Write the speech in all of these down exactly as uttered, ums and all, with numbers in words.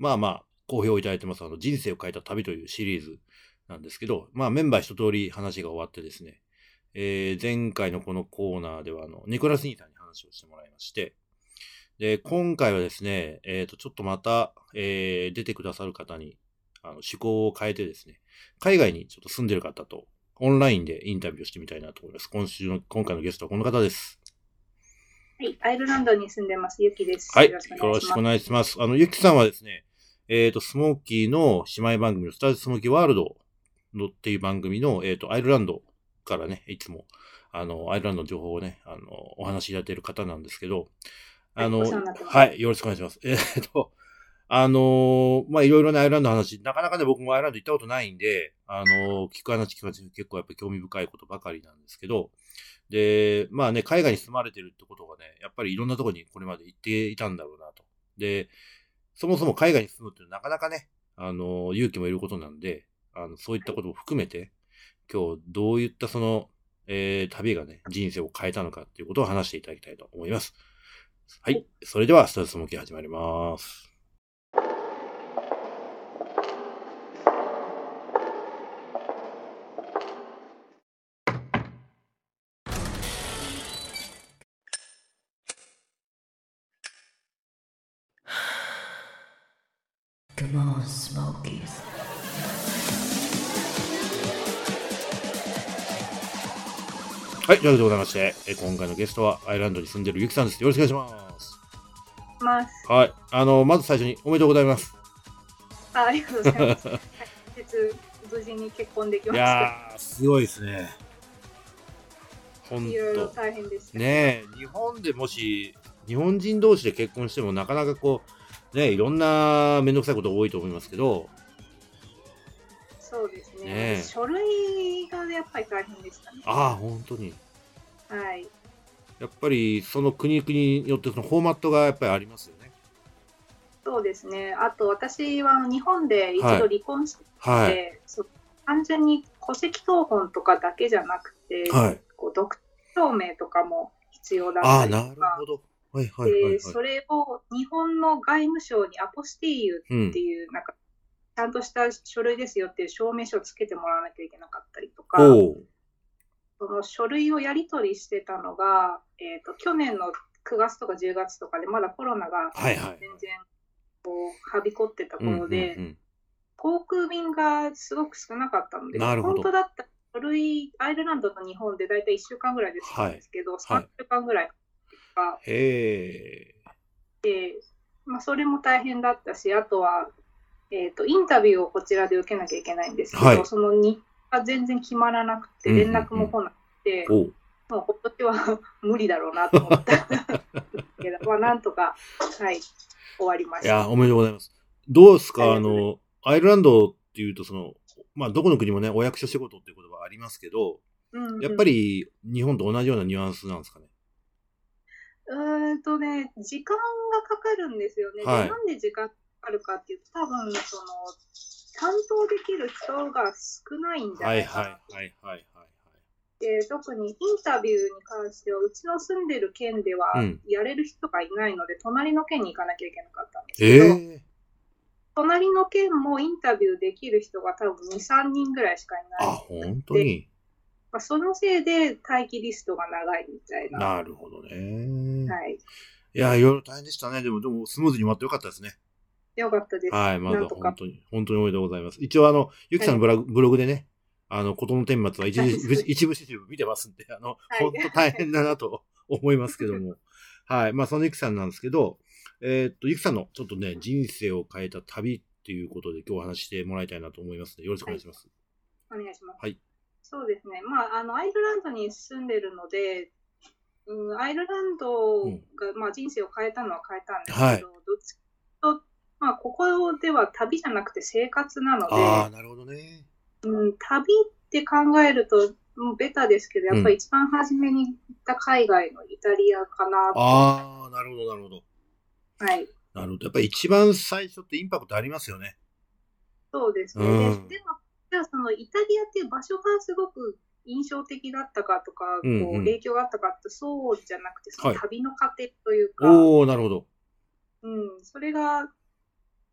まあまあ、好評いただいてます、あの、人生を変えた旅というシリーズなんですけど、まあメンバー一通り話が終わってですね、えー、前回のこのコーナーでは、あの、ニコラス・ニーさんに話をしてもらいまして、で、今回はですね、えっと、ちょっとまた、えー、出てくださる方に、あの、趣向を変えてですね、海外にちょっと住んでる方と、オンラインでインタビューをしてみたいなと思います。今週の、今回のゲストはこの方です。 はい、アイルランドに住んでます、ゆきです。 はい、よろしくお願いします。あの、ゆきさんはですね、えっと、スモーキーの姉妹番組のスターズスモーキーワールドのっていう番組の、えっと、アイルランドからね、いつも、あの、アイルランドの情報をね、あの、お話しいただいている方なんですけど、あの、 はい、 はい、よろしくお願いします。えっと、あのー、まあ、いろいろなアイルランドの話、なかなかね、僕もアイルランド行ったことないんで、あのー、聞く話聞く話結構やっぱり興味深いことばかりなんですけど、で、まあね、海外に住まれてるってことがね、やっぱりいろんなところにこれまで行っていたんだろうなと。で、そもそも海外に住むってなかなかね、あのー、勇気もいることなんで、あの、そういったことも含めて、今日どういったその、えー、旅がね、人生を変えたのかっていうことを話していただきたいと思います。はい。それでは、スタートスモーキー始まります。Come on, Smokies. はい、というわけでございまして、え今回のゲストはアイルランドに住んでいるゆきさんです。よろしくお願いします。 ますはい、あの、まず最初におめでとうございます。 あ、ありがとうございます。はい、無事に結婚できました。いやー、すごいですね。 ほんと。いろいろ大変でした。 ねえ、日本でもし、日本人同士で結婚してもなかなかこう、ね、いろんなめんどくさいこと多いと思いますけど。 そうですね。ね、書類がやっぱり大変でしたね。 ああ、本当に。 はい。 やっぱりその国々によってそのフォーマットがやっぱりありますよね。 そうですね。あと私は日本で一度離婚して、はいはい、そう単純に戸籍謄本とかだけじゃなくて、はい、こう独身証明とかも必要だったりとか。あ、なるほど。はいはいはいはい、でそれを日本の外務省にアポスティーユっていう、うん、なんかちゃんとした書類ですよっていう証明書をつけてもらわなきゃいけなかったりとか、その書類をやり取りしてたのが、えーと、去年のくがつとかじゅうがつとかでまだコロナが全然こうはびこってた頃で、うんうんうん、航空便がすごく少なかったので、本当だったら書類、アイルランドと日本でだいたいいっしゅうかんぐらいで済むんですけど、はい、さんしゅうかんぐらいかかって、へー。で、まあ、それも大変だったし、あとは、えーと、インタビューをこちらで受けなきゃいけないんですけど、はい、その日が全然決まらなくて、連絡も来なくて、うんうんうん、もう今年は無理だろうなと思ったんですけど、まあ、なんとか、はい、終わりました。いや、 おめでとうございます。どうですか、あの、アイルランドっていうと、その、まあ、どこの国もね、お役所仕事っていう言葉ありますけど、うんうん、やっぱり日本と同じようなニュアンスなんですかね。 うーんとね、時間がかかるんですよね。はい、でなんで時間かかるかっていうと、多分その担当できる人が少ないんじゃないかな。はいはいはいはい、はい、で特にインタビューに関しては、うちの住んでる県ではやれる人がいないので、うん、隣の県に行かなきゃいけなかったんですけど、えー、隣の県もインタビューできる人が多分に、さんにんぐらいしかいない。あ、 本当に。 まあ、そのせいで待機リストが長いみたいな。 なるほどね。 はい。 いや、いろいろ大変でしたね。でも、でも、スムーズに終わってよかったですね。 よかったです。 はい、まずは本当に、本当におめでとうございます。一応、あの、ゆきさんのブログ、はい、ブログでね、あの、ことの顛末は一部、一部始終見てますんで、あの、はい、本当大変だなと思いますけども。はい。まあ、そのゆきさんなんですけど、えー、っと、ゆきさんのちょっとね、人生を変えた旅っていうことで今日お話ししてもらいたいなと思いますので、よろしくお願いします。 はい、お願いします。 はい。 そうですね。まあ、あの、アイルランドに住んでるので、うん、アイルランドが、うん、まあ、人生を変えたのは変えたんですけど、はい、どっちかと、まあ、ここでは旅じゃなくて生活なので、 ああ、なるほどね。 うん、旅って考えると、もうベタですけど、やっぱり一番初めに行った海外のイタリアかなと。 ああ、なるほど、なるほど。 はい。 なるほど。やっぱり一番最初ってインパクトありますよね。 そうですね。うん、で, でも、じゃあそのイタリアっていう場所がすごく印象的だったかとか、うんうん、こう影響があったかってそうじゃなくて、その旅の過程というか、 はい、おー、なるほど。 うん、それが、こ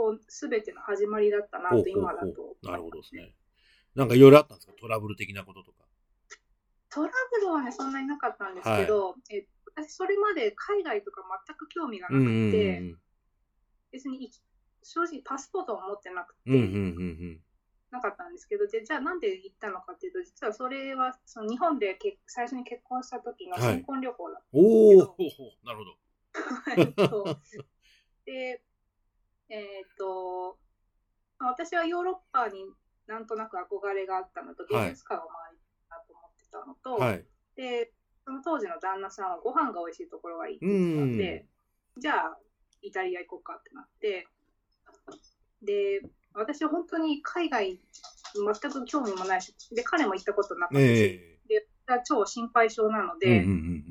こう、すべての始まりだったなと、今だと、ね。 なるほどですね。なんかいろいろあったんですか？トラブル的なこととか。 トラブルはね、そんなになかったんですけど、はい、え私、それまで海外とか全く興味がなくて、うんうんうん、別に正直パスポートを持ってなくて、うんうんうんうんなかったんですけど、でじゃあなんで行ったのかっていうと、実はそれはその日本でけ最初に結婚した時の新婚旅行だったんですけど、はい、 おなるほど。 で、えっ、ー、と、私はヨーロッパになんとなく憧れがあったのと、美術館を回りたいなと思ってたのと、はい、で、その当時の旦那さんはご飯が美味しいところがいいって言ってたんで、じゃあイタリア行こうかってなって、で、私は本当に海外全く興味もないし、で、彼も行ったことなかったし、えー、で、超心配性なので、うんうんうん、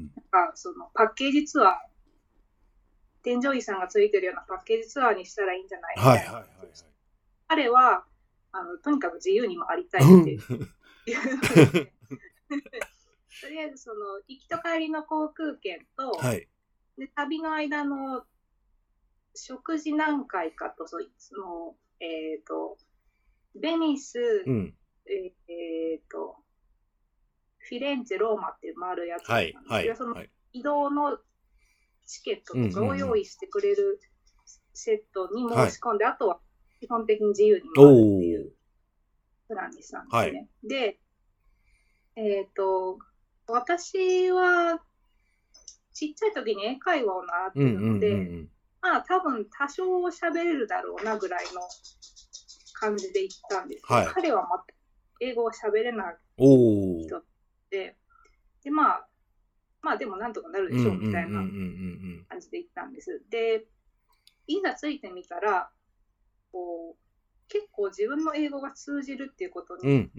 なんかそのパッケージツアー、添乗員さんがついてるようなパッケージツアーにしたらいいんじゃないみたいな。はいはいはいはい、彼はあのとにかく自由に回りたいっていうので、とりあえずその行きと帰りの航空券と、はい、で旅の間の食事何回かと、そのえっ、ー、と、ベニス、うん、えっ、ー、と、フィレンツェ、ローマって回るやつなんですけど、はいはい、その移動のチケットとかを用意してくれるセットに申し込んで、はい、あとは基本的に自由に回るっていうプランにしたんですね。はい、で、えっ、ー、と、私はちっちゃい時に英会話を習ってるので、うんうんうんうん、まあ多分多少喋れるだろうなぐらいの感じで行ったんですけど、はい、彼はまた英語を喋れない人で、で、まあ、まあでもなんとかなるでしょうみたいな感じで行ったんです。で、いざついてみたら、こう、結構自分の英語が通じるっていうことに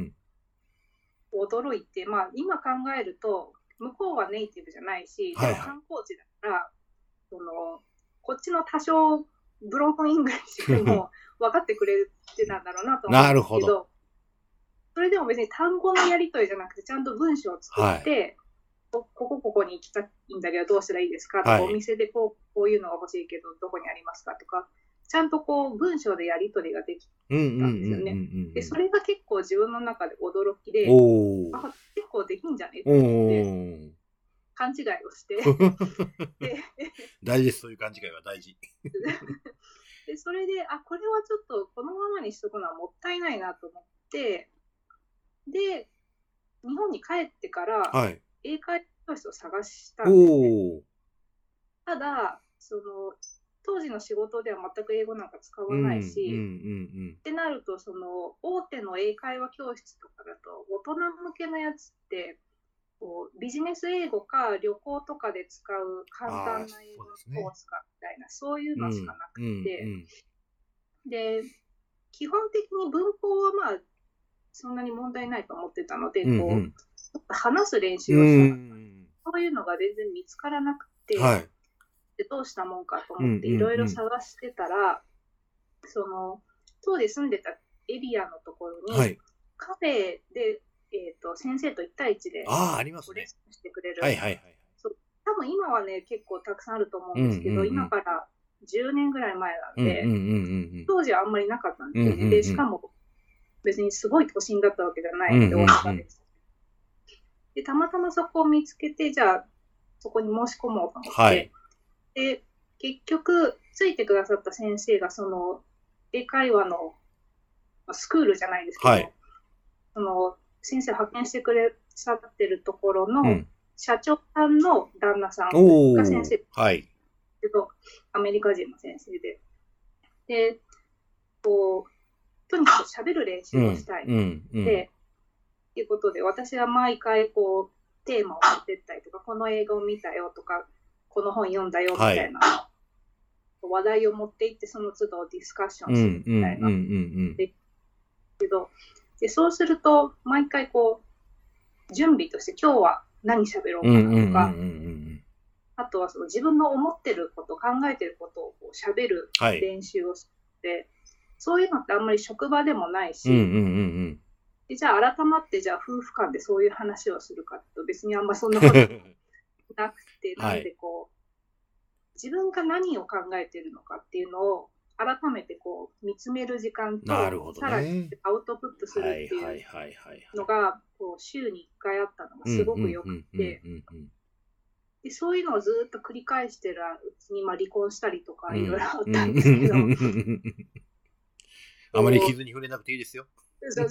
驚いて、まあ今考えると、向こうはネイティブじゃないし、でも観光地だから、はいはい、そのこっちの多少ブロークンイングリッシュでも分かってくれてたんだろうなと思うんですけど、どそれでも別に単語のやり取りじゃなくて、ちゃんと文章を作って、はい、ここここに行きたいんだけどどうしたらいいですかとか、はい、お店でこう、こういうのが欲しいけどどこにありますかとか、ちゃんとこう文章でやり取りができたんですよね。で、それが結構自分の中で驚きで、あ、結構できんじゃねって思って勘違いをしてで大事です、そういう勘違いは大事で、それで、あ、これはちょっとこのままにしとくのはもったいないなと思って、で、日本に帰ってから、はい、英会話教室を探したんですね。ただ、その、当時の仕事では全く英語なんか使わないし、うんうんうんうん、ってなると、その、大手の英会話教室とかだと、大人向けのやつって、こうビジネス英語か旅行とかで使う簡単な英語のコースかみたいな、そういうのしかなくて、うんうんうん、で、基本的に文法はまあ、そんなに問題ないと思ってたので、うんうん、こう、話す練習をしたかった。そういうのが全然見つからなくて、はい、でどうしたもんかと思っていろいろ探してたら、うんうんうん、その、当時住んでたエリアのところに、はい、カフェで、えーと、先生といち対いちでレッスンしてくれる。はいはいはい。そう多分今はね、結構たくさんあると思うんですけど、うんうんうん、今からじゅうねんぐらい前なんで、うんうんうんうん、当時はあんまりなかったんですよね。うんうんうん、で、しかも別にすごい都心だったわけじゃないので、大阪です。で、たまたまそこを見つけて、じゃあそこに申し込もうと思って、はい、で、結局、ついてくださった先生が、その、英会話のスクールじゃないですけど、はい、その、先生を派遣してくれさってるところの社長さんの旦那さんが先生、はい、アメリカ人の先生で、で、こう、とにかく喋る練習をしたい、うんうんうん、で、ということで、私は毎回こう、テーマを持ってったりとか、この映画を見たよとか、この本読んだよみたいな、はい、話題を持っていって、その都度ディスカッションするみたいな。けど、でそうすると、毎回こう、準備として今日は何喋ろうかなとか、あとはその自分の思ってること、考えてることをこう喋る練習をして、はい、そういうのってあんまり職場でもないし、うんうんうんうん、でじゃあ改まってじゃあ夫婦間でそういう話をするかと別にあんまそんなことなくて、なんでこう、自分が何を考えてるのかっていうのを改めてこう見つめる時間と、 なるほどね、 さらにアウトプットするっていうのがこう週にいっかいあったのがすごくよくて、でそういうのをずっと繰り返してるうちに、まあ、離婚したりとかいろいろあったんですけど、 あまり傷に触れなくていいですよ。 そう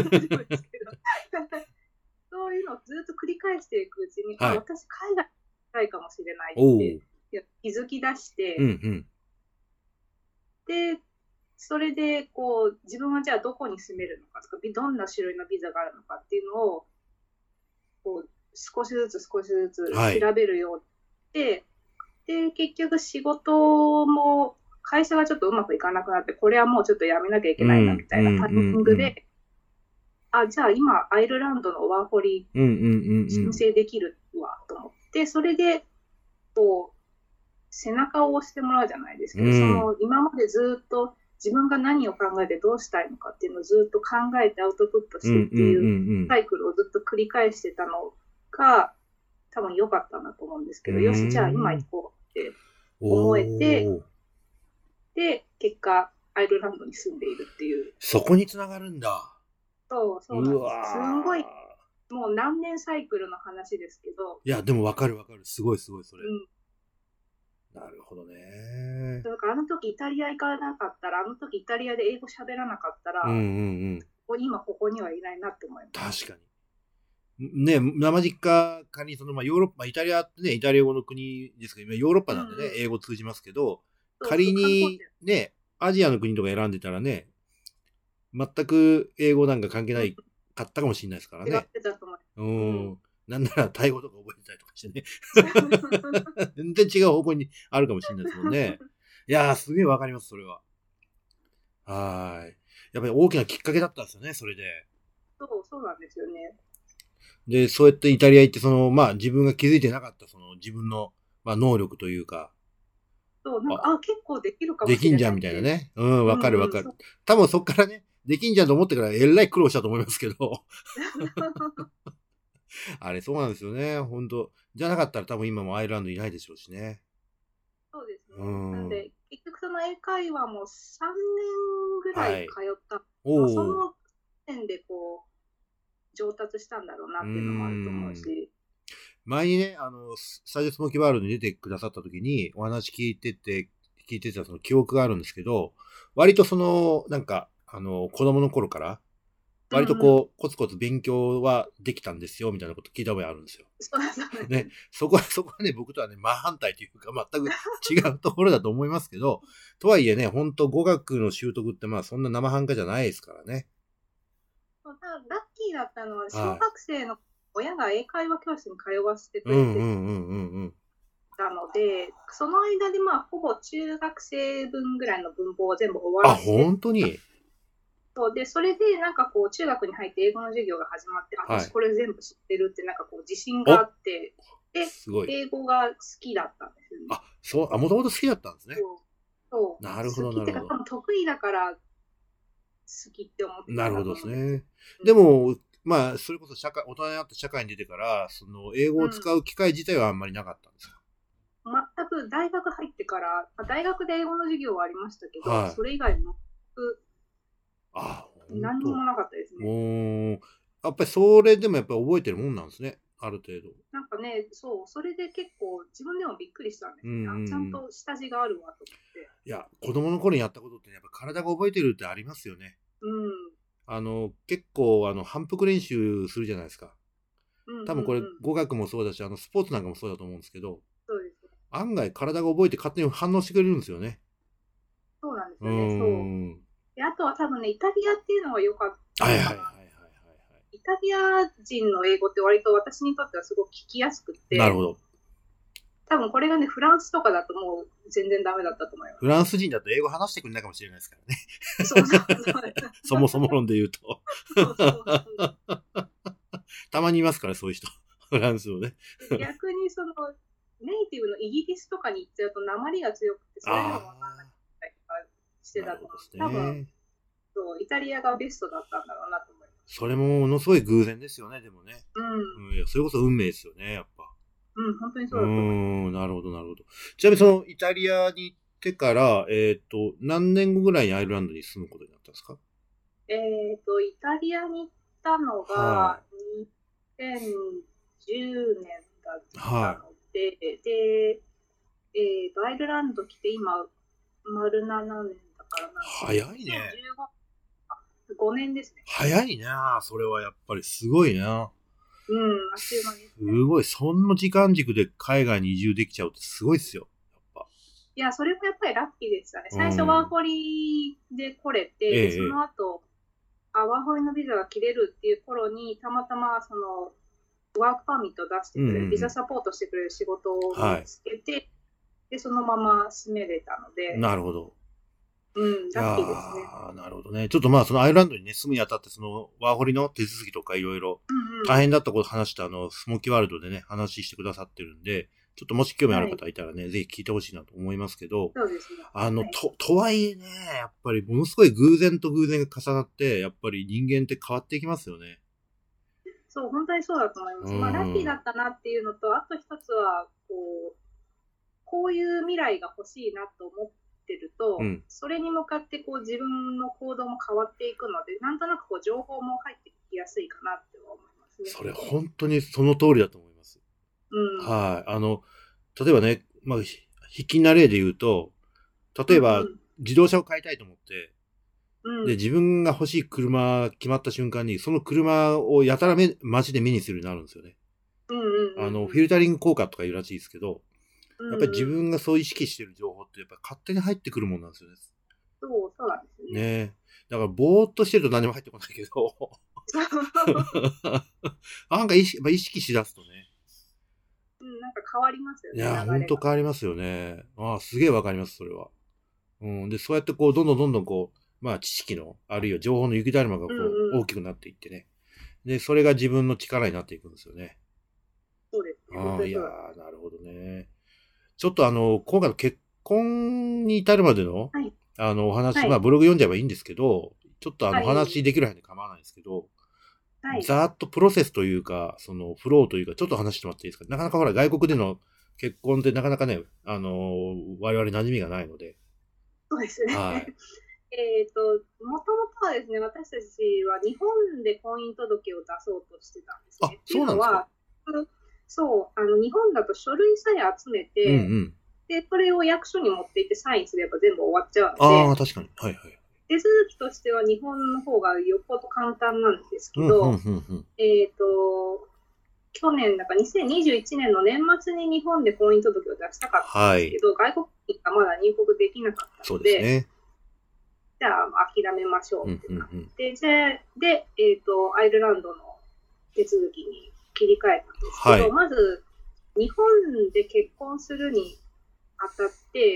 そういうのをずっと繰り返していくうちに、はい、あ、私海外に行きたいかもしれないって気づき出して、 うんうん、 でそれでこう自分はじゃあどこに住めるのかとか、どんな種類のビザがあるのかっていうのをこう少しずつ少しずつ調べるようになって、はい、で結局仕事も会社がちょっとうまくいかなくなって、これはもうちょっとやめなきゃいけないなみたいなタイミングで、あ、じゃあ今アイルランドのワーホリ申請できるわと思って、それでこう背中を押してもらうじゃないですけど、うん、その今までずっと自分が何を考えてどうしたいのかっていうのをずっと考えてアウトプットしてっていうサイクルをずっと繰り返してたのが多分良かったなと思うんですけど、うん、よしじゃあ今行こうって思えて、で結果アイルランドに住んでいるっていう。 そこに繋がるんだ。 そうそうなんです。すんごいもう何年サイクルの話ですけど。 いやでも分かる分かる、すごいすごいそれ。うん、なるほどね。 だからあの時イタリア行かなかったら、あの時イタリアで英語喋らなかったら、 うんうんうん、 ここ今ここにはいないなって思います。確かに。ね、生実家仮にその、まあ、ヨーロッパ、イタリアってね、イタリア語の国ですけど、ヨーロッパなんでね、うん、英語通じますけど、仮にね、アジアの国とか選んでたらね、全く英語なんか関係ないかったかもしれないですからね。 違ってたと思う。 うん。なんならタイ語とか覚えてたりとかしてね。全然違う方向にあるかもしれないですもんね。いやー、すげえわかります、それは。はい。やっぱり大きなきっかけだったんですよね、それで。 そう、そうなんですよね。 で、そうやってイタリア行って、その、まあ自分が気づいてなかった、その自分の、まあ、能力というか、 そう、なんか、あ、結構できるかもしれない。 できんじゃんみたいなね。うん、わかるわかる。多分そっからね、できんじゃんと思ってからえらい苦労したと思いますけど。あれ、そうなんですよね。本当じゃなかったら多分今もアイルランドいないでしょうしね。 そうですね。うん、なんで、結局その英会話もさんねんぐらい通った。はい、その点でこう、上達したんだろうなっていうのもあると思うし。 前にね、あの、スタジオスモーキーワールドに出てくださった時にお話聞いてて、聞いてたその記憶があるんですけど、割とその、なんか、あの、子供の頃から、割とこう、うん、コツコツ勉強はできたんですよ、みたいなこと聞いた覚えあるんですよ。ね、そこは、そこはね、僕とはね、真反対というか、全く違うところだと思いますけど、とはいえね、本当語学の習得ってまあそんな生半可じゃないですからね。 ラッキーだったのは、小学生の親が英会話教室に通わせてくれてたので、その間でまあ、ほぼ中学生分ぐらいの文法を全部終わらせて。 あ、本当に？ そうで、それでなんかこう、中学に入って英語の授業が始まって、はい、私これ全部知ってるってなんかこう、自信があって、で、英語が好きだったんですよね。 あ、そう、あ、もともと好きだったんですね。 そう。そうなるほど、なるほど。 得意だから好きって思ってた。 なるほどですね。うん、でも、まあ、それこそ社会、大人になって社会に出てから、その、英語を使う機会自体はあんまりなかったんですか？ うん、全く大学入ってから、大学で英語の授業はありましたけど、はい、それ以外も、 あ、 何にもなかったですね。 やっぱりそれでもやっぱり覚えてるもんなんですね、ある程度。 なんかね、そう、それで結構自分でもびっくりしたんですね。うんうん、ちゃんと下地があるわと思って。 いや、子供の頃にやったことってやっぱ体が覚えてるってありますよね。 うん。 あの、結構、あの、反復練習するじゃないですか。多分これ、語学もそうだし、あの、スポーツなんかもそうだと思うんですけど、 そうです。 案外体が覚えて勝手に反応してくれるんですよね。 そうなんですよね、そう。で、あとは多分ね、イタリアっていうのが良かったはいはいはいはいはい。 イタリア人の英語って割と私にとってはすごく聞きやすくて。 なるほど。 多分これがね、フランスとかだともう全然ダメだったと思います。 フランス人だと英語話してくれないかもしれないですからね。 そうそうそう。 そもそも論で言うと。そうそうそうたまにいますから、そういう人。フランスをね。 逆にその、ネイティブのイギリスとかに行っちゃうと訛りが強くて、そういうのも分かんなかったりとかしてたと思う。多分そう、イタリアがベストだったんだろうなと思います。 それもものすごい偶然ですよね、でもね。 うん。 うん、いやそれこそ運命ですよね、やっぱ。 うん、本当にそうだと思います。 うん、なるほど、なるほど。ちなみにそのイタリアにてから、えっ、ー、と、何年後ぐらいにアイルランドに住むことになったんですか？ えっ、ー、と、イタリアに行ったのが、にせんじゅうねんだったので、はい、で、えっ、ー、と、アイルランド来て今、丸ななねんだからな。 早いね。 にせんじゅうご、ごねんですね。 早いなそれはやっぱりすごいな。 うん、あっという間ですね。 すごい、その時間軸で海外に移住できちゃうってすごいっすよ。やっぱ。 いや、それもやっぱりラッキーでしたね。最初ワーホリで来れて、ええ、その後、あ、ワーホリのビザが切れるっていう頃に、たまたまその、ワークパーミットを出してくれる、うんうん、ビザサポートしてくれる仕事を見つけて、はい、で、そのまま住めれたので。 なるほど。 うん、ラッキーですね。 ああ、なるほどね。ちょっとまあ、そのアイルランドにね、住むにあたって、その、ワーホリの手続きとかいろいろ、大変だったこと話した、あの、スモーキーワールドでね、話してくださってるんで、ちょっともし興味ある方いたらね、はい、ぜひ聞いてほしいなと思いますけど、 そうですね。 あの、はい、と、とはいえね、やっぱりものすごい偶然と偶然が重なって、やっぱり人間って変わっていきますよね。 そう、本当にそうだと思います。まあ、ラッキーだったなっていうのと、あと一つは、こう、こういう未来が欲しいなと思ってると、うん、それに向かってこう自分の行動も変わっていくので、なんとなくこう情報も入ってきやすいかなって思いますね。 それ本当にその通りだと思います。うん。はい。あの、例えばね、まあ、引きな例で言うと、例えば、自動車を買いたいと思って、うん、で、自分が欲しい車決まった瞬間に、その車をやたらめ街で目にするようになるんですよね。 うんうんうん、 あの、フィルタリング効果とか言うらしいですけど、やっぱり自分がそう意識してる情報ってやっぱ勝手に入ってくるもんなんですよね。 そう、そうなんですね。 ねだからぼーっとしてると何も入ってこないけど、なんか意識、まあ、意識しだすとね。 うん、なんか変わりますよね。 いや、ほんと変わりますよね。ああ、すげえわかります、それは。うん。で、そうやってこう、どんどんどんどんこう、まあ知識の、あるいは情報の雪だるまがこう、うんうん、大きくなっていってね。で、それが自分の力になっていくんですよね。 そうですね。 ああ、いやー、なるほどね。ちょっとあの、今回の結婚に至るまでの、はい、あの、お話、はい、まあブログ読んじゃえばいいんですけど、ちょっとあの、お話できる範囲で構わないんですけど、はい、ざーっとプロセスというか、その、フローというか、ちょっと話してもらっていいですか？なかなかほら、外国での結婚ってなかなかね、あのー、我々馴染みがないので。 そうですね。はい、えっと、もともとはですね、私たちは日本で婚姻届を出そうとしてたんですね。 あ、そうなんですか？ そう、あの、日本だと書類さえ集めて、うんうん、で、それを役所に持っていってサインすれば全部終わっちゃうので、 ああ、確かに。はいはい。 手続きとしては日本の方がよっぽど簡単なんですけど、うんうんうんうん、えっと、去年、だからにせんにじゅういちねんの年末に日本で婚姻届を出したかったんですけど、はい、外国人がまだ入国できなかったので、そうですね、じゃあ諦めましょうってなって、うんうんうん、で、で、えっと、アイルランドの手続きに切り替えたんですけど、はい、まず、日本で結婚するにあたって、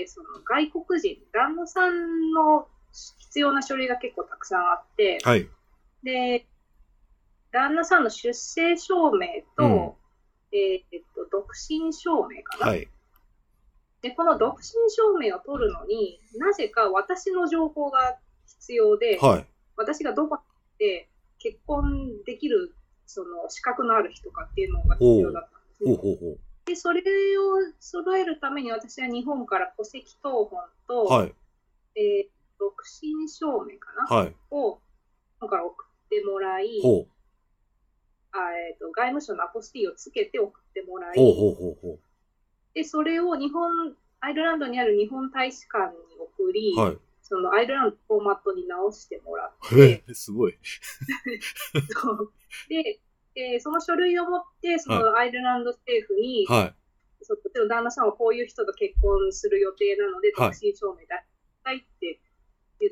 その外国人、旦那さんの必要な書類が結構たくさんあって、はい、で、旦那さんの出生証明と、うん、えー、っと、独身証明かな、はい。で、この独身証明を取るのに、なぜか私の情報が必要で、はい、私がどこで結婚できるその資格のある人かっていうのが必要だったんですね。ほうほうほう。で、それを揃えるために私は日本から戸籍謄本と、はい、えー、独身証明かな、はい、を日本から送ってもらい、ほうあえー、と外務省のアポスティーをつけて送ってもらい、ほうほうほうほう、で、それを日本、アイルランドにある日本大使館に送り、はい、そのアイルランドのフォーマットに直してもらって、 すごい。 そうで、えー、その書類を持って、そのアイルランド政府に、はい、その旦那さんはこういう人と結婚する予定なので、独身証明出したいって言って、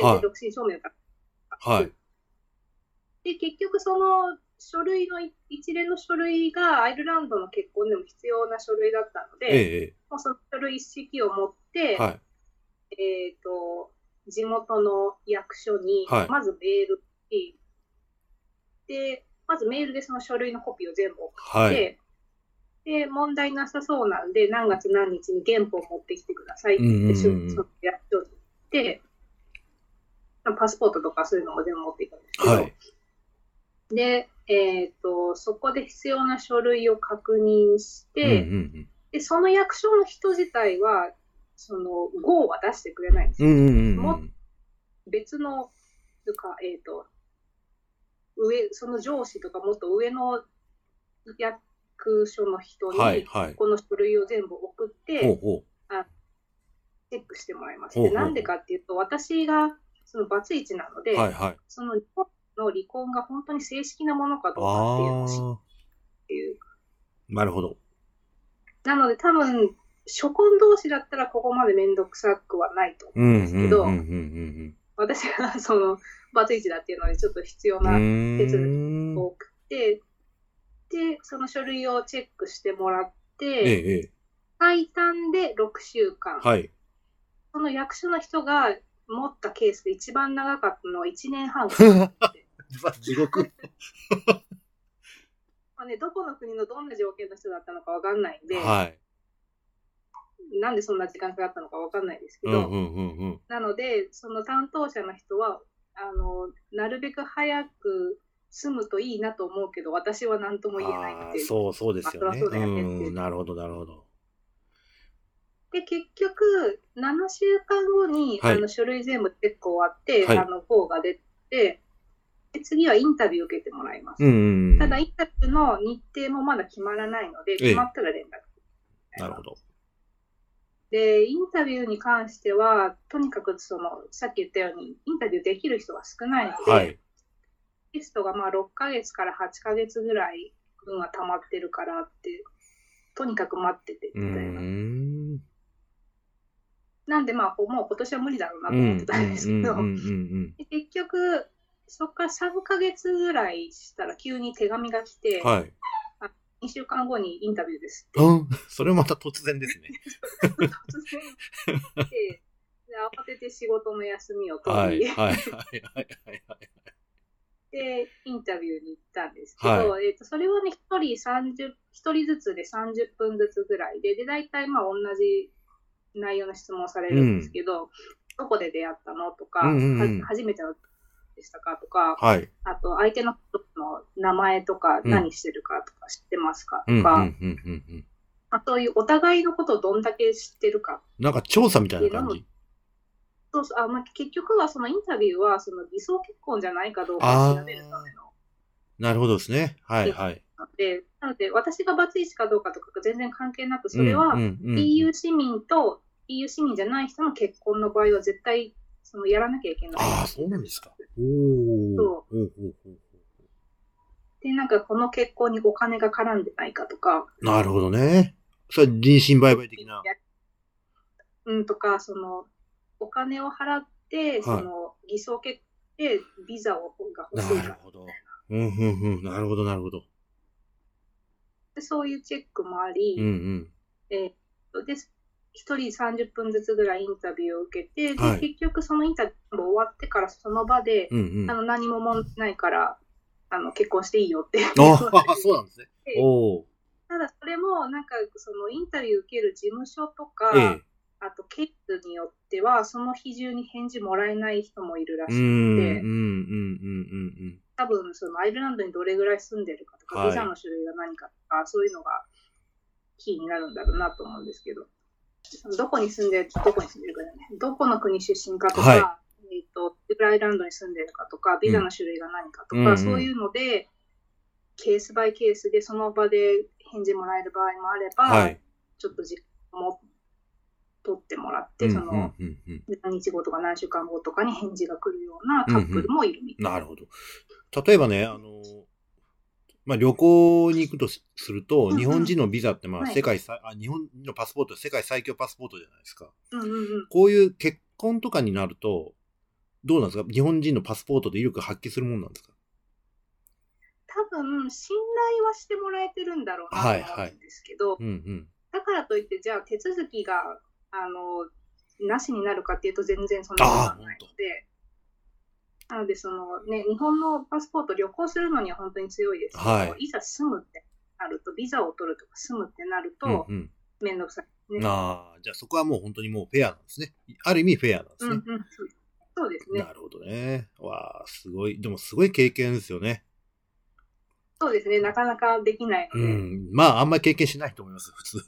はい、で独身証明を出した。はい。で、結局その書類の、一連の書類がアイルランドの結婚でも必要な書類だったので、ええ、もうその書類一式を持って、はい、えっと、地元の役所に、まずメールし、はい、で、まずメールでその書類のコピーを全部送って、はい、で、問題なさそうなんで、何月何日に原本を持ってきてくださいって言って、その役所に行って、パスポートとかそういうのも全部持っていくんですけど、はい、で、えっと、そこで必要な書類を確認して、うんうんうん、で、その役所の人自体は、 その、ゴーは出してくれないんですよ。 うんうんうん、 も別の、とか、えっと、上、その上司とかもっと上の役所の人に、はいはい、この書類を全部送って、ほうほうあチェックしてもらいます。ほうほうほうで、なんでかっていうと、私がそのバツイチなので、はいはい、その日本の離婚が本当に正式なものかどうかっていうのを知っていう。 なるほど。 なので多分、初婚同士だったらここまでめんどくさくはないと思うんですけど、私がそのバツイチだっていうのでちょっと必要な手続きが多くて、で、その書類をチェックしてもらって、ええ、最短でろくしゅうかん、はい、その役所の人が持ったケースで一番長かったのはいちねんはんかかって。 地獄まあね、どこの国のどんな条件の人だったのかわかんないんで、はい、なんでそんな時間かかったのかわかんないですけど、うんうんうんうん、なので、その担当者の人は、あの、なるべく早く住むといいなと思うけど、私は何とも言えないって。 そう、そうですよね。そうだよねって。なるほど、なるほど。 で、結局、ななしゅうかんごに、はい、あの書類全部チェック終わって、はい、あの、ゴーが出て、で、次はインタビュー受けてもらいます。うんうんうん、ただ、インタビューの日程もまだ決まらないので、決まったら連絡。ええ、なるほど。 で、インタビューに関しては、とにかくその、さっき言ったように、インタビューできる人が少ないので、はい、テストがまあろっかげつからはちかげつぐらい分は溜まってるからって、とにかく待ってて、みたいな。なんでまあ、もう今年は無理だろうなと思ってたんですけど、結局、そこからさんかげつぐらいしたら急に手紙が来て、はい、にしゅうかんごにインタビューですって。 うん、それまた突然ですね。 突然来て、で、慌てて仕事の休みを取り、はい、はい、はい、はい、はい。で、インタビューに行ったんですけど、はい、えっと、それはね、一人三十、一人ずつでさんじゅっぷんずつぐらいで、で、大体まあ同じ内容の質問をされるんですけど、うん、どこで出会ったのとか、うんうんうん、初めてのでしたかとか、はい、あと相手の人の名前とか、何してるかとか知ってますかとか、あというお互いのことをどんだけ知ってるか。 なんか調査みたいな感じ。 そうそう、あ、まあ、結局はそのインタビューはその偽装結婚じゃないかどうかを調べるための。 なるほどですね。はいはい。 で、なので私がバツイチかどうかとか全然関係なく、それは イーユー 市民と イーユー 市民じゃない人の結婚の場合は絶対そのやらなきゃいけない。 ああ、そうなんですか。おそう。で、なんかこの結婚にお金が絡んでないかとか。 なるほどね。それは人身売買的な。 うんとか、その、お金を払って、はい、その、偽装結婚でビザをが欲しいか。 なるほど。うんうんうん。なるほど、なるほど。 でそういうチェックもあり、うんうん、えー、で、一人さんじゅっぷんずつぐらいインタビューを受けて、はい、で結局そのインタビューが終わってからその場で、うんうん、あの何も問題ないからあの結婚していいよって。 ああ、そうなんですね。おただそれもなんかそのインタビュー受ける事務所とか、ええ、あとケースによってはその日中に返事もらえない人もいるらしくて、多分そのアイルランドにどれぐらい住んでるかとか、はい、ビザの種類が何かとか、そういうのがキーになるんだろうなと思うんですけど、どこに住んでる、どこに住んでるかね、どこの国出身かとか、はい、えっと、アイルランドに住んでるかとか、ビザの種類が何かとか、うん、そういうので、ケースバイケースでその場で返事もらえる場合もあれば、はい、ちょっと時間も取ってもらって、その、何日後とか何週間後とかに返事が来るようなカップルもいるみたいな。 なるほど。例えばね、あの、まあ、旅行に行くとすると、うんうん、日本人のビザってまあ世界最、はい、あ、日本のパスポートは世界最強パスポートじゃないですか。うんうんうん、こういう結婚とかになると、どうなんですか？日本人のパスポートで威力発揮するもんなんですか？ 多分、信頼はしてもらえてるんだろうなと思うんですけど、はいはいうんうん、だからといって、じゃあ手続きが、あの、なしになるかっていうと全然そんなことはないので、なので、そのね、日本のパスポート旅行するのには本当に強いですけど、はい、いざ住むってなると、ビザを取るとか住むってなると、うんうん、めんどくさいですね。 ああ、じゃあそこはもう本当にもうフェアなんですね。ある意味フェアなんですね。うんうん、 そうですね。 なるほどね。わあ、すごい。でもすごい経験ですよね。 そうですね。なかなかできないので。 うん。まあ、あんまり経験しないと思います、普通。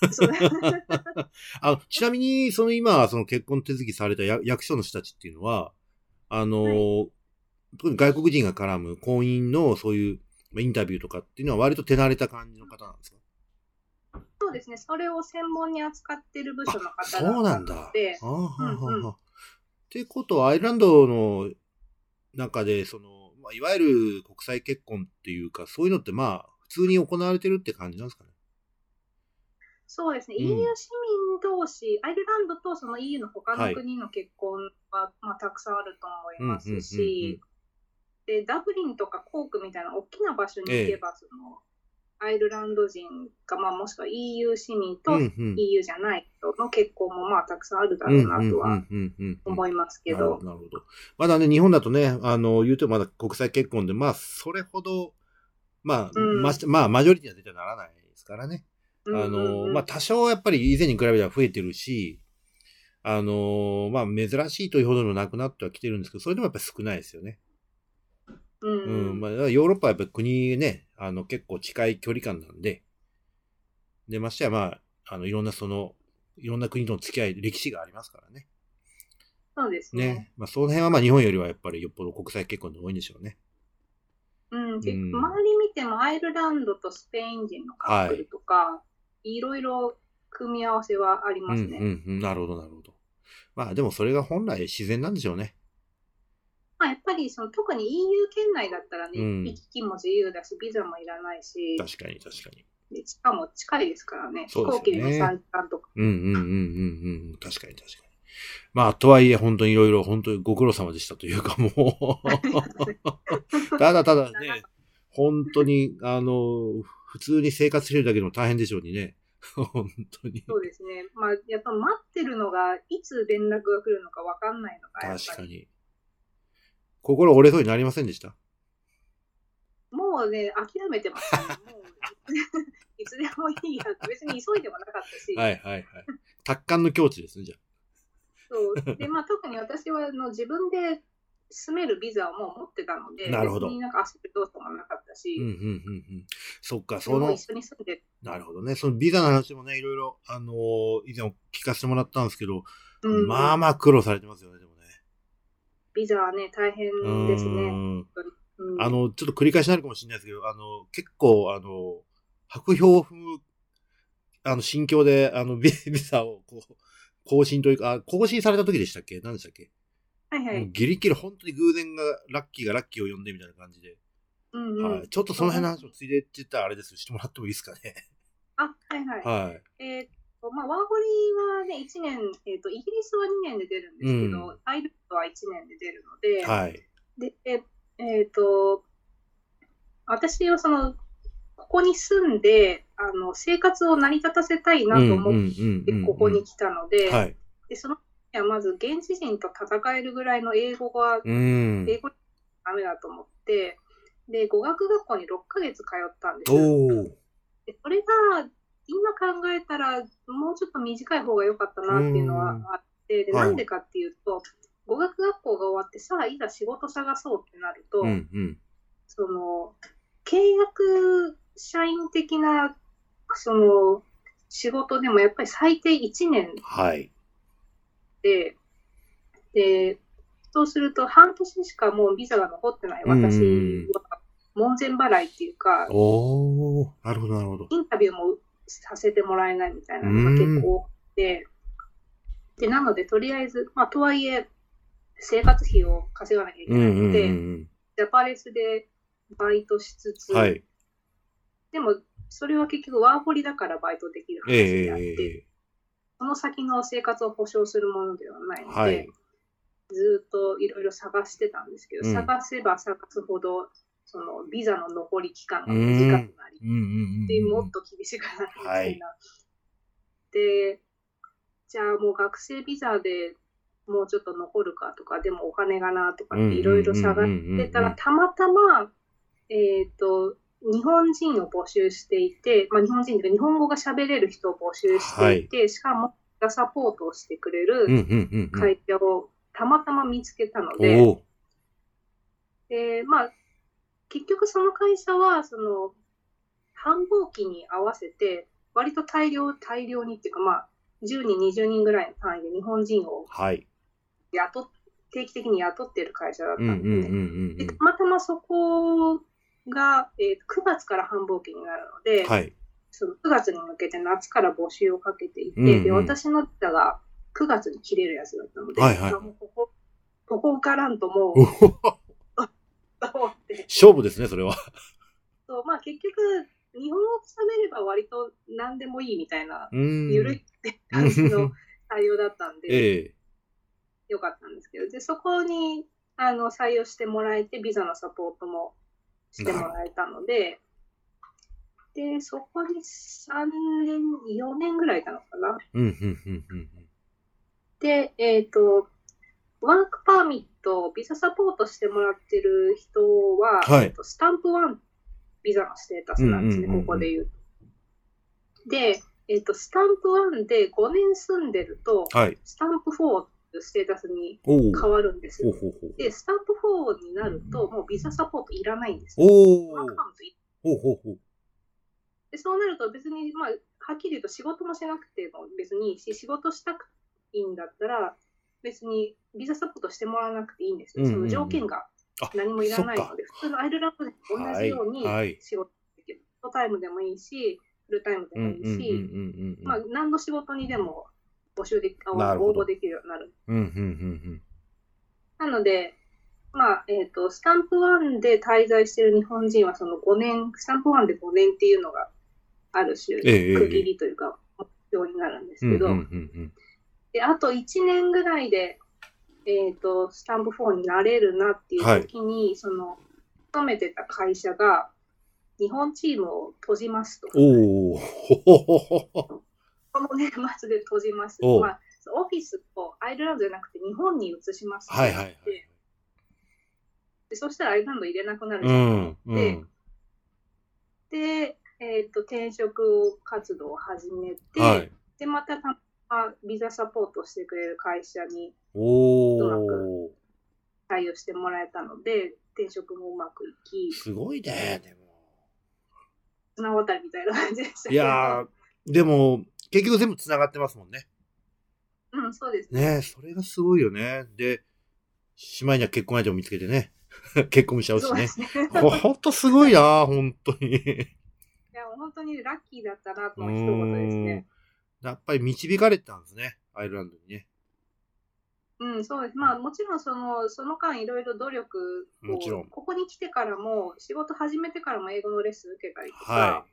あちなみに、その今、その結婚手続きされた役所の人たちっていうのは、あの、はい、特に外国人が絡む婚姻のそういうインタビューとかっていうのは割と手慣れた感じの方なんですか？ そうですね。それを専門に扱ってる部署の方だったので。 そうなんだ。あははは。 ってことは、アイルランドの中で、その、まあ、いわゆる国際結婚っていうか、そういうのってまあ、普通に行われてるって感じなんですかね。 そうですね。うん、イーユー 市民同士、アイルランドとその イーユー の他の国の結婚は、はい、まあ、たくさんあると思いますし、で、ダブリンとかコークみたいな大きな場所に行けば、ええ、その、アイルランド人か、まあ、もしくは イーユー 市民と イーユー じゃない人の結婚もまあたくさんあるだろうなとは思いますけど。 なるほど。まだね、日本だとね、あの、言うてもまだ国際結婚で、まあ、それほど、まあ、うん、ま、まあ、マジョリティは絶対ならないですからね。あの、まあ、多少やっぱり以前に比べれば増えてるし、あの、まあ、珍しいというほどのなくなってはきてるんですけど、それでもやっぱり少ないですよね。 うん、 うん。まあ、ヨーロッパはやっぱり国ね、あの、結構近い距離感なんで、で、ましてや、まあ、あの、いろんなその、いろんな国との付き合い、歴史がありますからね。 そうですね。 ね。まあ、その辺はまあ、日本よりはやっぱりよっぽど国際結婚で多いんでしょうね。 うん。で、うん、周り見ても、アイルランドとスペイン人のカップルとか、はい、いろいろ組み合わせはありますね。 うんうん、なるほど、なるほど。まあ、でもそれが本来自然なんでしょうね。 まあ、やっぱりその特に イーユー 圏内だったらね、うん、行き来も自由だし、ビザもいらないし、 確かに確かに。 でしかも近いですからね、飛行機でに、さんじかんとか。 うんうんうんうんうん、確かに確かに。まあ、とはいえ、本当にいろいろ、本当にご苦労様でしたというか、もう、ただただね、本当に、あの、普通に生活してるだけでも大変でしょうにね。本当に。 そうですね。まあ、やっぱ待ってるのが、いつ連絡が来るのか分かんないのがやっぱり。 確かに。心折れそうになりませんでした？ もうね、諦めてました、ね。もういつでもいいや。別に急いでもなかったし。 はいはいはい。達観の境地ですね、じゃあ。 そう。で、まあ特に私はの自分で住めるビザをもう持ってたので、 なるほど。 別になんか焦るどうしようもなかったし。 うんうんうんうん。そっか、その。 一緒に住んで。 なるほどね。そのビザの話もね、いろいろ、あのー、以前聞かせてもらったんですけど、うん、まあまあ苦労されてますよね、でもね。 ビザはね、大変ですね。 うん、あの、ちょっと繰り返しになるかもしれないですけど、あの、結構、あの、白票を踏む、あの、心境で、あの、ビザを、こう、更新というか、あ、更新された時でしたっけ？何でしたっけ？ はいはい。 もうギリギリ、本当に偶然が、ラッキーがラッキーを呼んでみたいな感じで。 うんうん、 はい。ちょっとその辺の話をついでって言ったらあれです。してもらってもいいですかね。 あ、はいはい。 はい。 えー、っと、まあ、ワーホリはね、いちねん、えー、っと、イギリスはにねんで出るんですけど、うん、アイルランドはいちねんで出るので、 はい。 で、えー、っと、私はその、ここに住んで、あの、生活を成り立たせたいなと思って、ここに来たので、はい、で、その時はまず現地人と戦えるぐらいの英語が、うん、英語ダメだと思って、で、語学学校にろっかげつ通ったんです。でそれが、今考えたら、もうちょっと短い方が良かったなっていうのはあって、で、なんでかっていうと、語学学校が終わって、さあ、いざ仕事探そうってなると、うんうん、その、契約社員的な、その、仕事でもやっぱり最低いちねんで、はい、で、そうすると半年しかもうビザが残ってない私は、門前払いっていうか、 おー、なるほどなるほど。 インタビューもさせてもらえないみたいなのが結構多くて、で、なのでとりあえず、まあとはいえ、生活費を稼がなきゃいけないので、ジャパレスでバイトしつつ、はい、でもそれは結局ワーホリだからバイトできる話であって、えー、その先の生活を保障するものではないので、はい、ずっといろいろ探してたんですけど、うん、探せば探すほど、そのビザの残り期間が短くなり、でもっと厳しくなるみたいな。はい、で、じゃあもう学生ビザでもうちょっと残るかとか、でもお金がなとかっていろいろ探してたら、たまたま、えっと、日本人を募集していて、まあ、日本人で日本語が喋れる人を募集していて、はい、しかもサポートをしてくれる会社をたまたま見つけたので、で、まあ、 結局その会社は、その、繁忙期に合わせて、割と大量、大量にっていうか、まあ、じゅうにん、にじゅうにんぐらいの単位で日本人を雇っ、はい、定期的に雇っている会社だったんですね。で、たまたまそこが、えー、くがつから繁忙期になるので、はい、そのくがつに向けて夏から募集をかけていて、うんうん、で、私のビザがくがつに切れるやつだったので、はいはい、もうここ、ここからんともう、 勝負ですね、それは。 そう、まあ結局、日本語を喋れば割と何でもいいみたいな、ゆるいって感じの対応だったんで、ええ、よかったんですけど、で、そこに、あの、採用してもらえて、ビザのサポートもしてもらえたので、で、そこにさんねん、よねんぐらいいたのかな。で、えっと、ワークパーミット、ビザサポートしてもらってる人は、はい、えっと、スタンプワンビザのステータスなんですね、ここで言うと。で、えっと、スタンプワンでごねん住んでると、はい、スタンプフォーっていうステータスに変わるんですよ。で、スタンプフォーになると、もうビザサポートいらないんですよ。ワークパーミットいらない。で、そうなると別に、まあ、はっきり言うと仕事もしなくても別にいいし、仕事したくいいんだったら、別にビザサポートしてもらわなくていいんですよ。その条件が何もいらないので、普通のアイルランドで同じように仕事できる。フルタイムでもいいし、フルタイムでもいいし、まあ、何の仕事にでも募集でき、応募できるようになる。なので、まあ、えっと、スタンプワンで滞在している日本人はそのごねん、スタンプワンでごねんっていうのがある種、区切りというか、目標になるんですけど、で、あといちねんぐらいで、えっと、スタンプフォーになれるなっていう時に、はい、その、勤めてた会社が、日本チームを閉じますと。おこの年末で閉じます。まあ、オフィスをアイルランドじゃなくて日本に移しますって言って、はいはいはい、でそしたらアイルランド入れなくなるじゃん。うん、で、うん、で、えっと、転職活動を始めて、はい、で、またたビザサポートしてくれる会社にうまく対応してもらえたので、転職もうまくいき。 すごいね、でも。 綱渡りみたいな感じでしたけど。いやー、でも、結局全部繋がってますもんね。 うん、そうですね。ね、それがすごいよね。で、しまいには結婚相手を見つけてね。結婚しちゃうしね。ほんとすごいな、ほんとに。いや、本当にラッキーだったなとの一言ですね。 やっぱり導かれてたんですね、アイルランドにね。 うん、そうです。まあ、もちろんその、その間いろいろ努力を、もちろん。ここに来てからも、仕事始めてからも英語のレッスン受けたりとか、はい、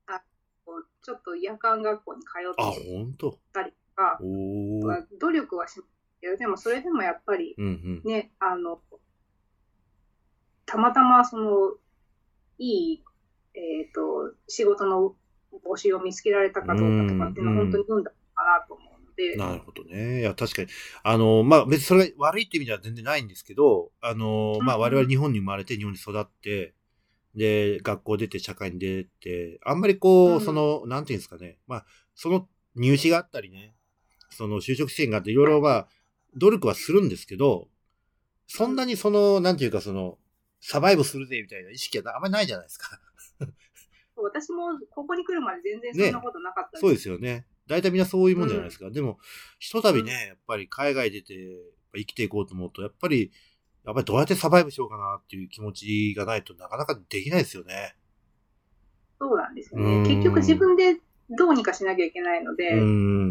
あちょっと夜間学校に通ったりとか、努力はしますけど、でもそれでもやっぱり、ね、うんうん、あの、たまたまその、いい、えっと、仕事の募集を見つけられたかどうかとかっていうのは本当に運だったかなと思うので。 なるほどね。いや、確かに。あの、まあ、別にそれが悪いって意味では全然ないんですけど、あの、まあ、我々日本に生まれて日本に育って、で、学校出て社会に出て、あんまりこう、うん、その、なんていうんですかね。まあ、その入試があったりね、その就職支援があっていろいろまあ、努力はするんですけど、そんなにその、なんていうかその、サバイブするぜみたいな意識はあんまりないじゃないですか。 私もここに来るまで全然そんなことなかったです、 ね、そうですよね。大体みんなそういうもんじゃないですか。うん、でも、ひとたびね、やっぱり海外出て生きていこうと思うと、やっぱり、やっぱりどうやってサバイブしようかなっていう気持ちがないとなかなかできないですよね。 そうなんですよね。結局自分でどうにかしなきゃいけないので。うん、うん、うん、うん、うん。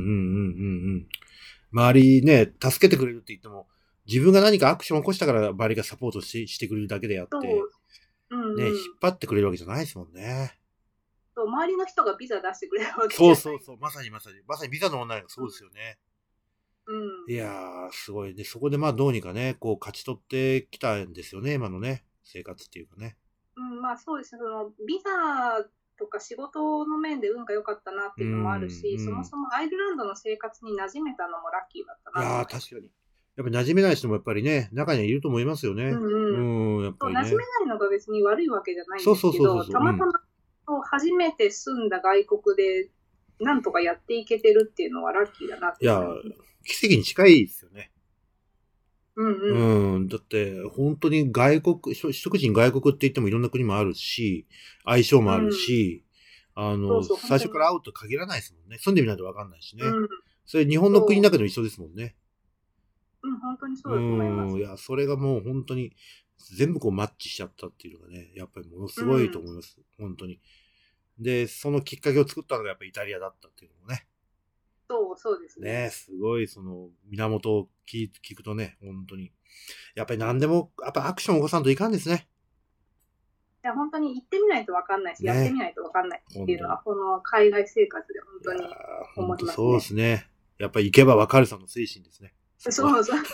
周りね、助けてくれるって言っても、自分が何かアクションを起こしたから周りがサポートし、してくれるだけであって、うんうん、ね、引っ張ってくれるわけじゃないですもんね。 そう、周りの人がビザ出してくれるわけじゃない。そうそうそう、まさにまさに、まさにビザの問題はそうですよね。うん。いやー、すごい。で、そこでまあどうにかね、こう勝ち取ってきたんですよね、今のね、生活っていうかね。 うん、まあそうですね、その、ビザとか仕事の面で運が良かったなっていうのもあるし、うんうん、そもそもアイルランドの生活に馴染めたのもラッキーだったなと思います。 いやー、確かに。やっぱり馴染めない人もやっぱりね、中にはいると思いますよね。うんうん。うん、やっぱりね。馴染めないのが別に悪いわけじゃないんですけど、たまたま初めて住んだ外国で、なんとかやっていけてるっていうのはラッキーだなって思います。 いや、奇跡に近いですよね。 うんうん。 うん。だって、本当に外国、一口に外国って言ってもいろんな国もあるし、相性もあるし、うん、あの、 そうそう、 最初から会うと限らないですもんね。住んでみないとわかんないしね。 うん。 それ日本の国の中でも一緒ですもんね。 うん、本当にそうだと思います。 うん。いや、それがもう本当に全部こうマッチしちゃったっていうのがね、やっぱりものすごいと思います。うん、本当に。で、そのきっかけを作ったのがやっぱりイタリアだったっていうのもね。 そう、そうですね。 ね、すごいその源を聞聞くとね、本当に。やっぱり何でも、やっぱアクションを起こさんといかんですね。 いや、本当に行ってみないとわかんないし、ね、やってみないとわかんないっていうのは、この海外生活で本当に思いますね。 そうですね。やっぱり行けばわかるさの精神ですね。 そうそう。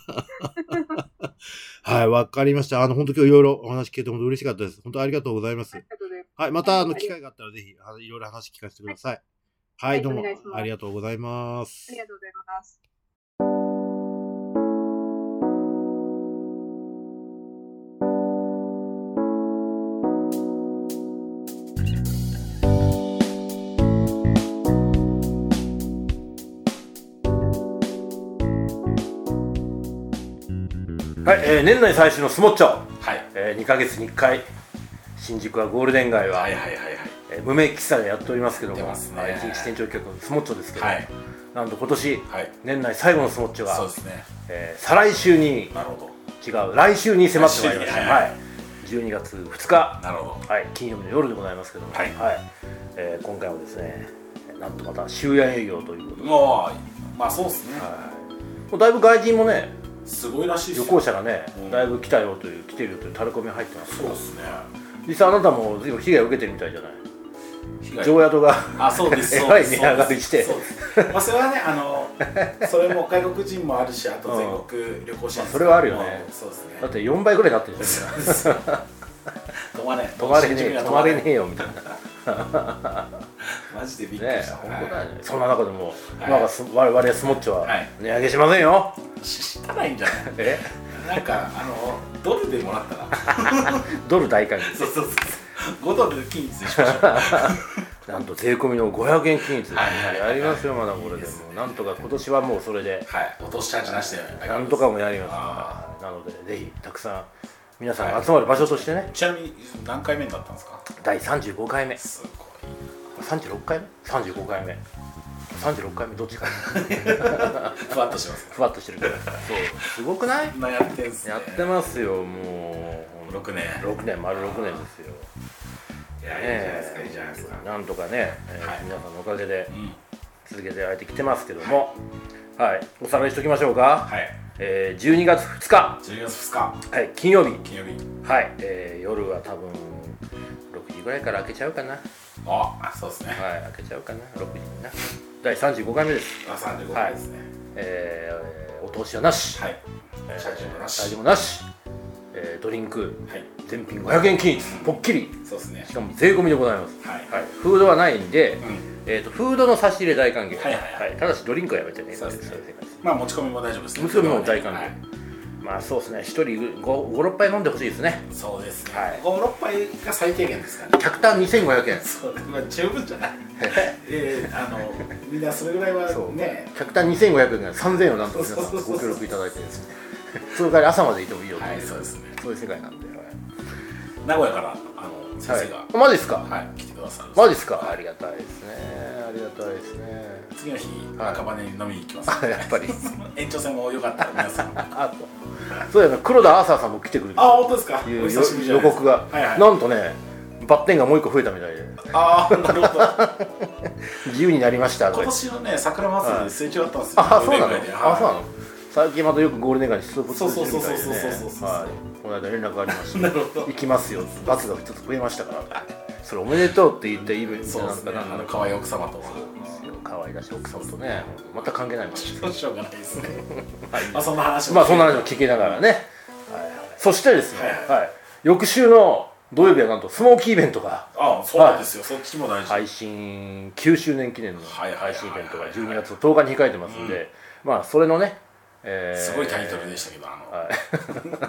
はい、わかりました。あの、本当今日いろいろお話聞けて本当嬉しかったです。本当ありがとうございます。はい、またあの機会があったらぜひ、いろいろ話聞かせてください。はい、はい、どうもありがとうございます。 ありがとうございます。 はい、えー、年内最終のスモッチョ、 はい、 えー、にかげつにいっかい新宿はゴールデン街は、 はいはいはいはい、 えー、無名喫茶でやっておりますけども、 ね、 いちにち店長企画のスモッチョですけど、はい、なんと今年、 はい、 年内最後のスモッチョがそうですね、 えー、再来週に、 なるほど違う来週に迫ってまいりました、 はいはい、 じゅうにがつふつか、 なるほど、 はい、金曜日の夜でございますけども、 はいはい、えー、今回はですね、なんとまた終夜営業ということで、 もうまあそうですね、はい、 もうだいぶ外人もね、 すごいらしいですよ、 旅行者がね、うん、だいぶ来たよという来てるよというタレコミ入ってます。 そうですね。 実際あなたも随分被害を受けてるみたいじゃない。常宿があ、そうです。 えらい値上がりして、 まあそれはね、あのそれも外国人もあるし、あと全国旅行者、 うん、それはあるよね。 そうですね。 だってよんばいぐらいになってるんですよ。 泊まれ泊まれねえ泊まれねえよみたいな。マジでびっくりした。 本当だね。そんな中でも、我々スモッチョは値上げしませんよ。 したらいいんじゃない？え？なんかあのドルでもらったら。 ドル大歓迎。 そうそうそう。ごドル均一でしましょう。なんと税込みのごひゃくえん均一でやりますよ、まだこれでも。なんとか今年はもうそれで。 はい。落としチャージなしで。 なんとかもやります。なのでぜひたくさん皆さんが集まる場所としてね。 ちなみに何回目だったんですか？ だいさんじゅうごかいめ。 すごい。 さんじゅうろっかいめ？さんじゅうごかいめ。さんじゅうろっかいめどっちか。 ふわっとします。 ふわっとしてるけど。そう。すごくない？ やってんすね。 やってますよ、もう。 ろくねん。 ろくねん、丸ろくねんですよ。 いや、いいじゃないですか、いいじゃないですか。 なんとかね、皆さんのおかげで続けてやれてきてますけども、はい、おさらいしておきましょうか。 はい。 えー、じゅうにがつふつか。 じゅうにがつふつか。 はい、金曜日。 金曜日。 はい、えー、夜は多分ろくじぐらいから開けちゃうかな。 あ、そうですね。 はい、開けちゃうかな、ろくじにな。だいさんじゅうごかいめです。 あ、さんじゅうごかいめですね。 えー、お通しはなし。 はい。チャージもなし。 チャージもなし。えー、ドリンク、はい、全品ごひゃくえん均一、ぽっきり。 そうですね。 しかも税込みでございます。 はい。 はい、フードはないんで、えっとフードの差し入れ大歓迎。はいはいはい。ただしドリンクはやめてね。 そうですね。まあ持ち込みも大丈夫ですね。 持ち込みも大歓迎。まあそうですね。一人ご、ろっぱい飲んでほしいですね。 そうですね。はい。ご、ろっぱいが最低限ですからね。 客単にせんごひゃくえん。 そうです。まあ十分じゃない。ええ、あのみんなそれぐらいはね。 客単にせんごひゃくえんがさんぜんえんをなんと皆さんご協力いただいてですね。それから朝までいてもいいよという。 そうですね。 そういう世界なんで。 名古屋からあの先生が、 マジですか？ はい、来てくださる。 マジですか？ありがたいですね。ありがたいですね。 次の日赤羽に飲みに行きます。 やっぱり延長戦も良かったら皆さん。 あ、そうやな、黒田アーサーさんも来てくれる。 あ、本当ですか？ いう予告がなんとね、バッテンがもう一個増えたみたいで。 ああ、なるほど。 自由になりました。 今年のね、桜祭りで成長あったんですよ。 あ、そうなの？あ、そうなの？最近またよくゴールデン街に出没してるみたいでね。 そうそうそうそうそう。はい。この間連絡ありました。なるほど。行きますよ。罰が一つ増えましたから。それおめでとうって言ってイベントなんかなんか可愛い奥様と。 可愛らしい奥様とね、また関係ないもん。 しょうがないですね。まあそんな話も。 まあそんな話も聞きながらね。はい。そしてですね。はい。翌週の土曜日はなんとスモーキーイベントが。 ああ、そうなんですよ。そっちも大事。 配信きゅうしゅうねん記念の配信イベントがじゅうにがつとおかに控えてますんで、まあそれのね。 すごいタイトルでしたけど、あの、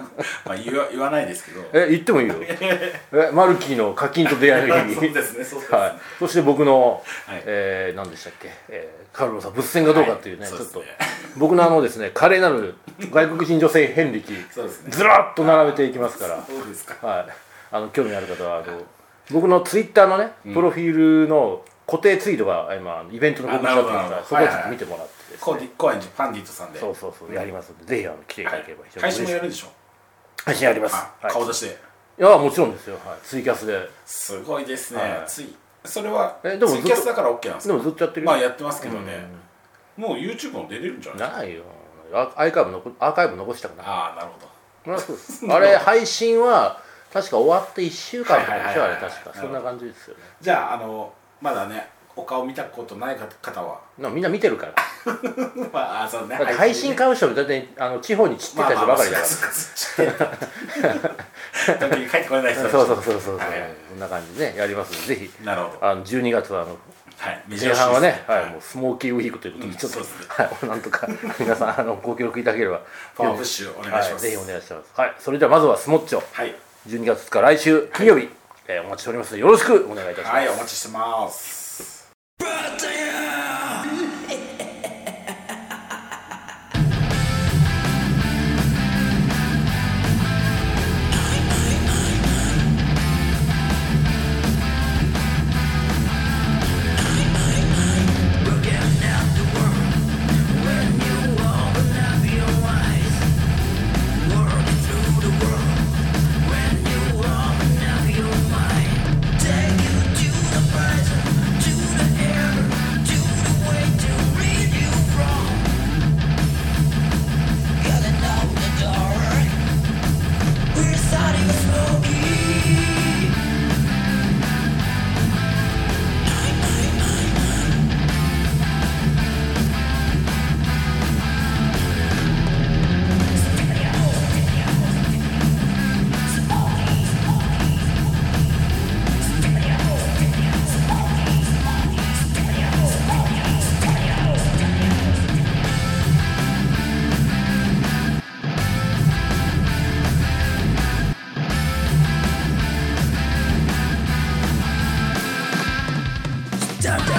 まあ言わ言わないですけど。 え、言ってもいいよ。え、マルキーの課金と出会いの日。 そうですね、そうですね。 はい。そして僕の、 はい、 えー、何でしたっけ、えー、カルロさん、物戦がどうかっていうね、 はい、 ちょっと、僕のあのですね、華麗なる外国人女性遍歴、そうですね、ずらっと並べていきますから、 そうですか。 はい。あの、興味ある方は、あの、僕のツイッターのね、プロフィールの固定ツイートが今、イベントの告知だったので、そこをちょっと見てもらってですね。 高円寺パンディットさんで。 そうそうそう、やりますので、ぜひあの来ていただければ非常に嬉しい。配信もやるでしょ？ 配信やります。 顔出して。 いや、もちろんですよ。はい。ツイキャスで。 すごいですね。ついそれはツイキャスだから OK なんですか？ でもずっとやってる。 まあやってますけどね。もう YouTube も出れるんじゃないですか？ ないよ。アーカイブ残アーカイブ残したくない。 ああ、なるほど。あれ配信は確か終わっていっしゅうかんとかでしょ、あれ確か。そんな感じですよね。 じゃああのまだね。お顔見たことない方はみんな見てるからまあそうね、 だって配信買う人もだってあの地方に散ってた人ばかりだから時に帰ってこれない人そうそうそうそうそう、はい、こんな感じで、ね、やりますのでぜひなるほどあのじゅうにがつはあの、 はい、 前半はね、はい、もうスモーキーウィークということでちょっと、うんはい、なんとか皆さんあのご協力いただければパワープッシュお願いします、 はい、ぜひお願いします。はい、それではまずはスモッチョ、はい、じゅうにがつつか来週金曜日、はいえー、お待ちしておりますのでよろしくお願いいたします。 はい、お待ちしてます。 Stop.